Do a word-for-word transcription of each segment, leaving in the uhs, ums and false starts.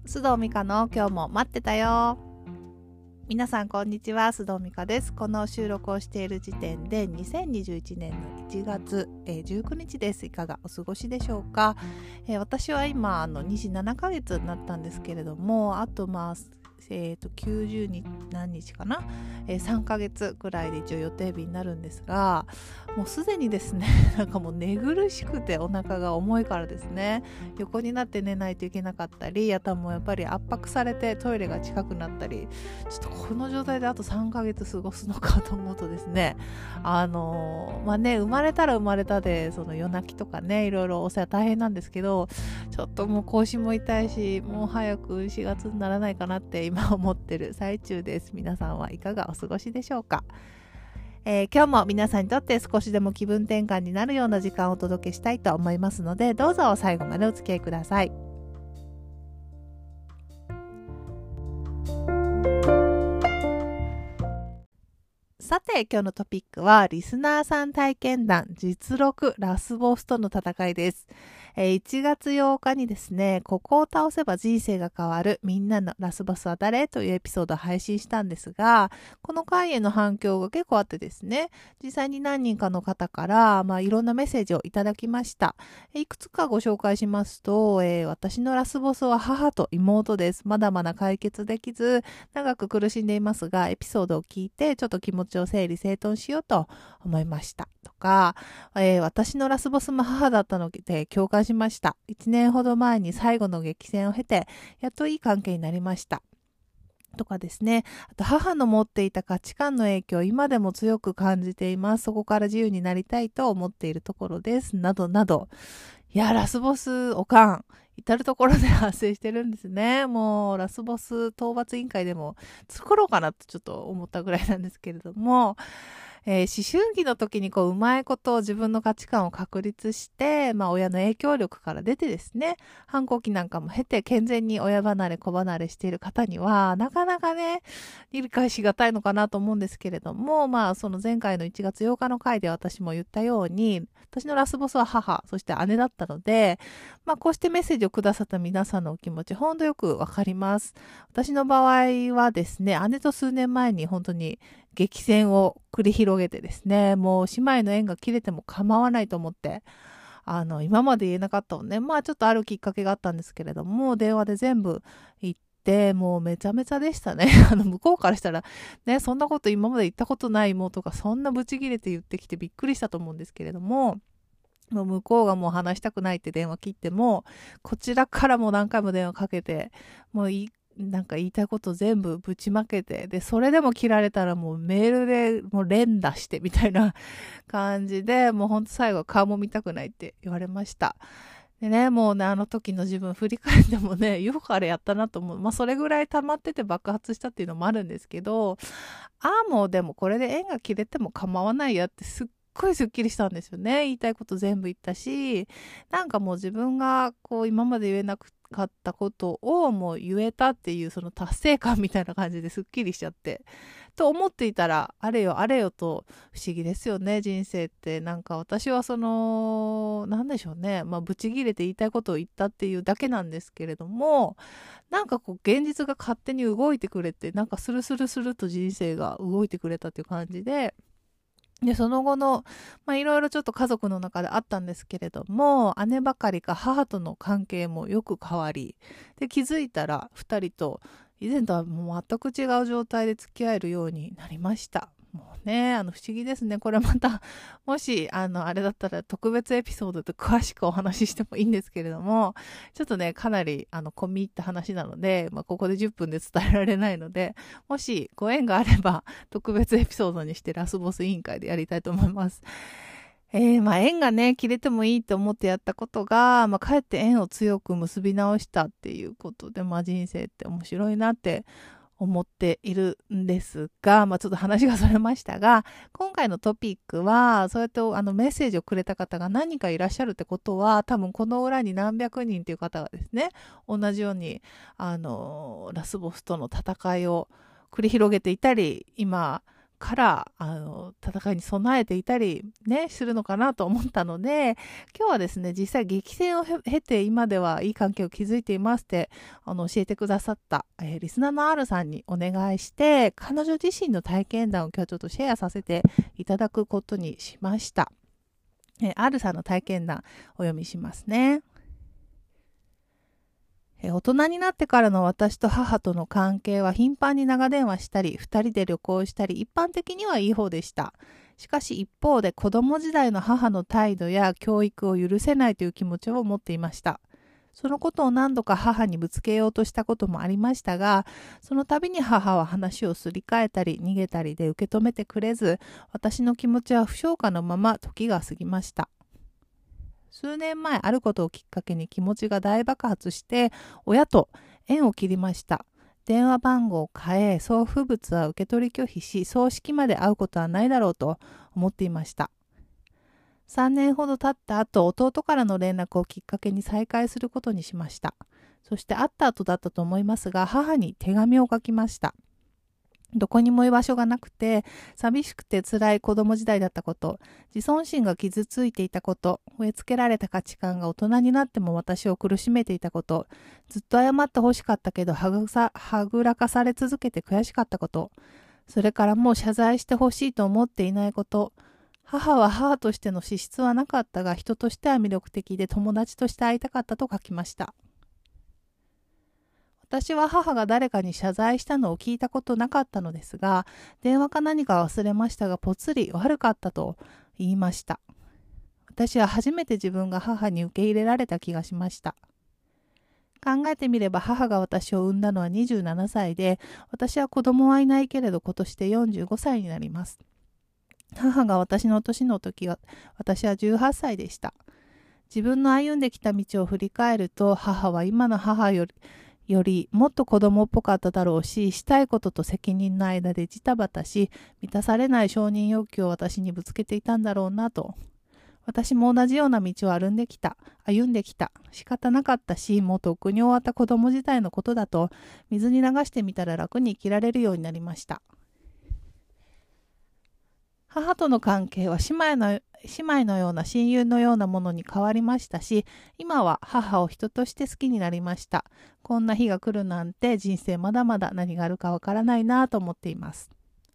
須藤美香の今日も待ってたよ。皆さんこんにちは、須藤美香です。この収録をしている時点でにせんにじゅういちねんのいちがつ、えー、じゅうくにちです。いかがお過ごしでしょうか。えー、私は今あのにじゅうななかげつになったんですけれども、あとまあえー、ときゅうじゅうに何日かな、えー、さんかげつくらいで一応予定日になるんですが、もうすでにですねなんかもう寝苦しくてお腹が重いからですね、横になって寝ないといけなかったり、あとはもうやっぱり圧迫されてトイレが近くなったり、ちょっとこの状態であとさんかげつ過ごすのかと思うとですね、あのー、まあね生まれたら生まれたでその夜泣きとかねいろいろお世話大変なんですけど、ちょっともう腰も痛いし、もう早くしがつにならないかなって今思ってる最中です。皆さんはいかがお過ごしでしょうか。えー、今日も皆さんにとって少しでも気分転換になるような時間をお届けしたいと思いますので、どうぞ最後までお付き合いください。さて今日のトピックはリスナーさん体験談実録ラスボスとの戦いです。えー、いちがつようかにですね、ここを倒せば人生が変わるみんなのラスボスは誰というエピソードを配信したんですが、この回への反響が結構あってですね、実際に何人かの方から、まあ、いろんなメッセージをいただきました。いくつかご紹介しますと、えー、私のラスボスは母と妹です。まだまだ解決できず長く苦しんでいますが、エピソードを聞いてちょっと気持ちを整理整頓しようと思いましたとか、えー、私のラスボスも母だったので共感しました。いちねんほど前に最後の激戦を経てやっといい関係になりましたとかですね。あと母の持っていた価値観の影響を今でも強く感じています。そこから自由になりたいと思っているところですなどなど。いやラスボスおかん至るところで発生してるんですね。もうラスボス討伐委員会でも作ろうかなとちょっと思ったぐらいなんですけれども、えー、思春期の時にこううまいことを自分の価値観を確立して、まあ、親の影響力から出てですね、反抗期なんかも経て健全に親離れ子離れしている方にはなかなかね理解しがたいのかなと思うんですけれども、まあその前回のいちがつようかの回で私も言ったように、私のラスボスは母そして姉だったので、まあこうしてメッセージをくださった皆さんのお気持ち本当よくわかります。私の場合はですね、姉と数年前に本当に激戦を繰り広げてですね、もう姉妹の縁が切れても構わないと思って、あの今まで言えなかったのね、まあちょっとあるきっかけがあったんですけれども、電話で全部言ってもうめちゃめちゃでしたね。あの向こうからしたらね、そんなこと今まで言ったことない妹がそんなブチ切れて言ってきてびっくりしたと思うんですけれども、もう向こうがもう話したくないって電話切っても、こちらからも何回も電話かけて、もういいなんか言いたいこと全部ぶちまけて、でそれでも切られたらもうメールでもう連打してみたいな感じで、もうほんと最後顔も見たくないって言われました。でね、もうね、あの時の自分振り返ってもね、よくあれやったなと思う。まあそれぐらい溜まってて爆発したっていうのもあるんですけど、ああもうでもこれで縁が切れても構わないやってすっごいすっきりしたんですよね。言いたいこと全部言ったし、なんかもう自分がこう今まで言えなくかったことをもう言えたっていうその達成感みたいな感じですっきりしちゃってと思っていたら、あれよあれよと不思議ですよね、人生って。なんか私はそのなんでしょうね、まあブチギレて言いたいことを言ったっていうだけなんですけれども、なんかこう現実が勝手に動いてくれて、なんかスルスルスルと人生が動いてくれたっていう感じで、でその後のまあいろいろちょっと家族の中であったんですけれども、姉ばかりか母との関係もよく変わり、で気づいたらふたりと以前とはもう全く違う状態で付き合えるようになりました。もうね、あの不思議ですね。これまたもしあのあれだったら特別エピソードで詳しくお話ししてもいいんですけれども、ちょっとねかなりあの込み入った話なので、まあ、ここでじゅっぷんで伝えられないので、もしご縁があれば特別エピソードにしてラスボス委員会でやりたいと思います。えー、まあ縁がね切れてもいいと思ってやったことが、まあ、かえって縁を強く結び直したっていうことで、まあ、人生って面白いなって思っているんですが、まあ、ちょっと話がそれましたが、今回のトピックはそうやってあのメッセージをくれた方が何人かいらっしゃるってことは、多分この裏に何百人っていう方がですね、同じようにあのラスボスとの戦いを繰り広げていたり、今からあの戦いに備えていたりねするのかなと思ったので、今日はですね、実際激戦を経て今ではいい関係を築いていますってあの教えてくださった、えー、リスナーの R さんにお願いして、彼女自身の体験談を今日ちょっとシェアさせていただくことにしました。えー、R さんの体験談お読みしますね。大人になってからの私と母との関係は頻繁に長電話したり、二人で旅行したり、一般的にはいい方でした。しかし一方で子供時代の母の態度や教育を許せないという気持ちを持っていました。そのことを何度か母にぶつけようとしたこともありましたが、その度に母は話をすり替えたり逃げたりで受け止めてくれず、私の気持ちは不消化のまま時が過ぎました。数年前、あることをきっかけに気持ちが大爆発して、親と縁を切りました。電話番号を変え、送付物は受け取り拒否し、葬式まで会うことはないだろうと思っていました。さんねんほど経った後、弟からの連絡をきっかけに再会することにしました。そして会った後だったと思いますが、母に手紙を書きました。どこにも居場所がなくて、寂しくて辛い子供時代だったこと、自尊心が傷ついていたこと、植え付けられた価値観が大人になっても私を苦しめていたこと、ずっと謝ってほしかったけどはぐさ、はぐらかされ続けて悔しかったこと、それからもう謝罪してほしいと思っていないこと、母は母としての資質はなかったが、人としては魅力的で友達として会いたかったと書きました。私は母が誰かに謝罪したのを聞いたことなかったのですが、電話か何か忘れましたが、ぽつり悪かったと言いました。私は初めて自分が母に受け入れられた気がしました。考えてみれば母が私を産んだのはにじゅうななさいで、私は子供はいないけれど今年でよんじゅうごさいになります。母が私の年の時は、私はじゅうはっさいでした。自分の歩んできた道を振り返ると、母は今の母より、よりもっと子供っぽかっただろうし、したいことと責任の間でジタバタし、満たされない承認欲求を私にぶつけていたんだろうなと。私も同じような道を歩んできた、歩んできた。仕方なかったし、もうとっくに終わった子供自体のことだと、水に流してみたら楽に生きられるようになりました。母との関係は姉妹の、姉妹のような親友のようなものに変わりましたし、今は母を人として好きになりました。こんな日が来るなんて人生まだまだ何があるかわからないなと思っています。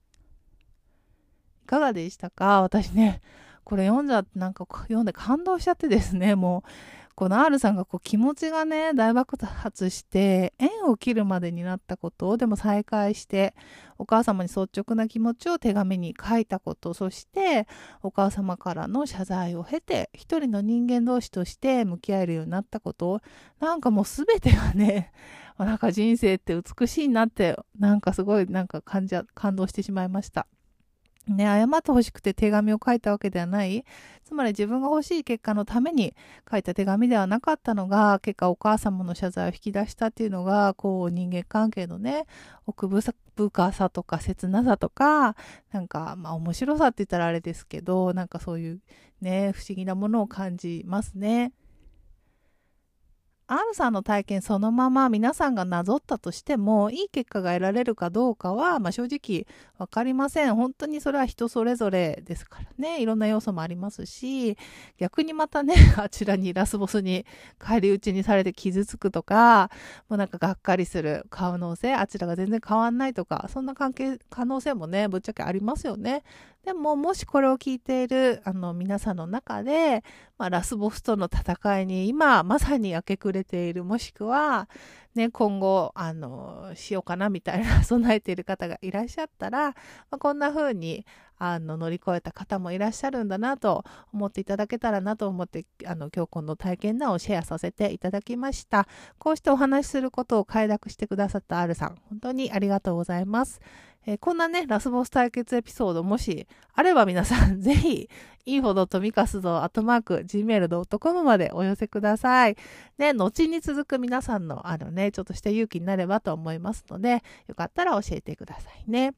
いかがでしたか？私ね、これ読んじゃってなんか読んで感動しちゃってですね、もうこの R さんがこう気持ちがね大爆発して縁を切るまでになったことをでも再会してお母様に率直な気持ちを手紙に書いたこと、そしてお母様からの謝罪を経て一人の人間同士として向き合えるようになったこと、なんかもう全てがねなんか人生って美しいなってなんかすごいなんか感じ感動してしまいました。ね、謝ってほしくて手紙を書いたわけではない。つまり自分が欲しい結果のために書いた手紙ではなかったのが、結果お母様の謝罪を引き出したっていうのが、こう人間関係のね、奥深さとか切なさとか、なんかまあ面白さって言ったらあれですけど、なんかそういうね、不思議なものを感じますね。R さんの体験そのまま皆さんがなぞったとしてもいい結果が得られるかどうかは、まあ、正直分かりません。本当にそれは人それぞれですからね。いろんな要素もありますし、逆にまたねあちらにラスボスに返り討ちにされて傷つくとか、もうなんかがっかりする可能性、あちらが全然変わんないとか、そんな関係可能性もねぶっちゃけありますよね。でももしこれを聞いているあの皆さんの中で、まあ、ラスボスとの戦いに今まさに明け暮れている、もしくは、ね、今後あのしようかなみたいな備えている方がいらっしゃったら、まあ、こんな風にあの乗り越えた方もいらっしゃるんだなと思っていただけたらなと思って、あの今日この体験談をシェアさせていただきました。こうしてお話しすることを快諾してくださった R さん、本当にありがとうございます。えー、こんなねラスボス対決エピソードもしあれば皆さんぜひいいほどとみかすどアットマーク ジーメールドットコム までお寄せください。ね、後に続く皆さんのあのねちょっとした勇気になればと思いますので、よかったら教えてくださいね。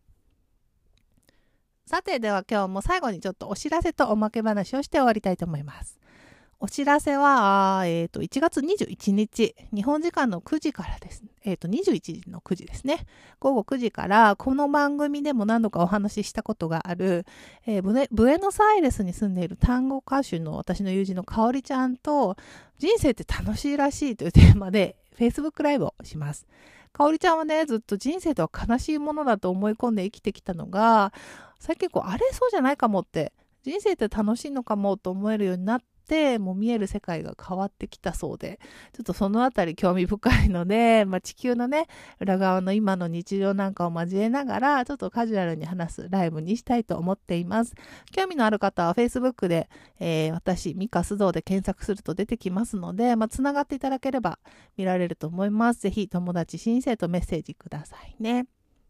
さて、では今日も最後にちょっとお知らせとおまけ話をして終わりたいと思います。 お知らせは、えっと、いちがつにじゅういちにち、日本時間のくじからですね。えっと、にじゅういちじのくじですね。ごごくじから、この番組でも何度かお話ししたことがある、えー、ブエ、ブエノスアイレスに住んでいる単語歌手の私の友人のかおりちゃんと、人生って楽しいらしいというテーマで、Facebook ライブをします。かおりちゃんはね、ずっと人生とは悲しいものだと思い込んで生きてきたのが、最近こう、あれそうじゃないかもって、人生って楽しいのかもと思えるようになって、もう見える世界が変わってきたそうで、ちょっとそのあたり興味深いので、まあ、地球のね、裏側の今の日常なんかを交えながら、ちょっとカジュアルに話すライブにしたいと思っています。興味のある方は Facebook で、えー、私、ミカ須藤で検索すると出てきますので、まあ、つながっていただければ見られると思います。ぜひ友達申請とメッセージくださいね。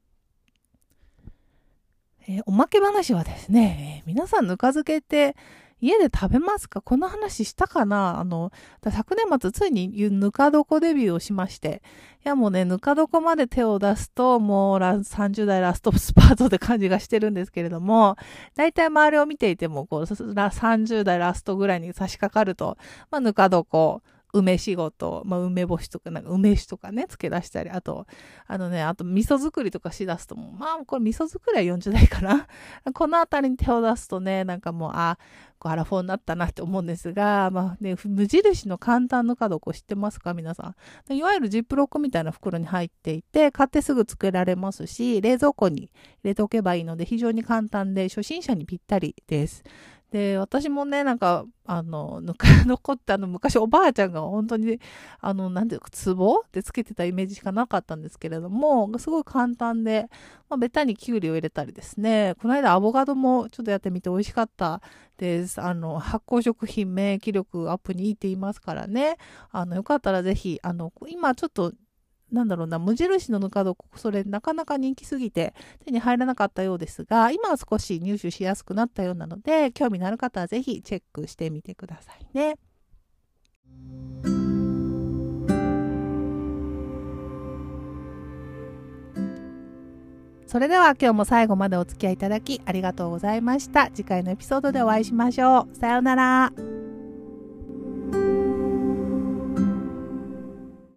えー、おまけ話はですね、えー、皆さんぬか漬けって家で食べますか？この話したかな？あの、昨年末ついにぬか床デビューをしまして、いやもうね、ぬか床まで手を出すと、もうさんじゅう代ラストスパートって感じがしてるんですけれども、だいたい周りを見ていても、こう、さんじゅう代ラストぐらいに差し掛かると、まあ、ぬか床、梅仕事、まあ、梅干しとか、なんか梅酒とかね、付け出したり、あと、あのね、あと味噌作りとかしだすと、まあ、これ味噌作りはよんじゅう代かな。このあたりに手を出すとね、なんかもう、あ、こうアラフォーになったなって思うんですが、まあね、無印の簡単ぬか床知ってますか皆さん。いわゆるジップロックみたいな袋に入っていて、買ってすぐ作られますし、冷蔵庫に入れておけばいいので、非常に簡単で、初心者にぴったりです。で、私もね、なんか、あの、ぬか床ってあの、昔おばあちゃんが本当に、あの、なんていうか、壺でつけてたイメージしかなかったんですけれども、すごい簡単で、まあ、ベタにキュウリを入れたりですね、この間アボカドもちょっとやってみて美味しかったです。あの、発酵食品免疫力アップにいいって言いますからね、あの、よかったらぜひ、あの、今ちょっと、なんだろうな、無印のぬか床、それなかなか人気すぎて手に入らなかったようですが、今は少し入手しやすくなったようなので、興味のある方はぜひチェックしてみてくださいね。それでは今日も最後までお付き合いいただきありがとうございました。次回のエピソードでお会いしましょう。さようなら。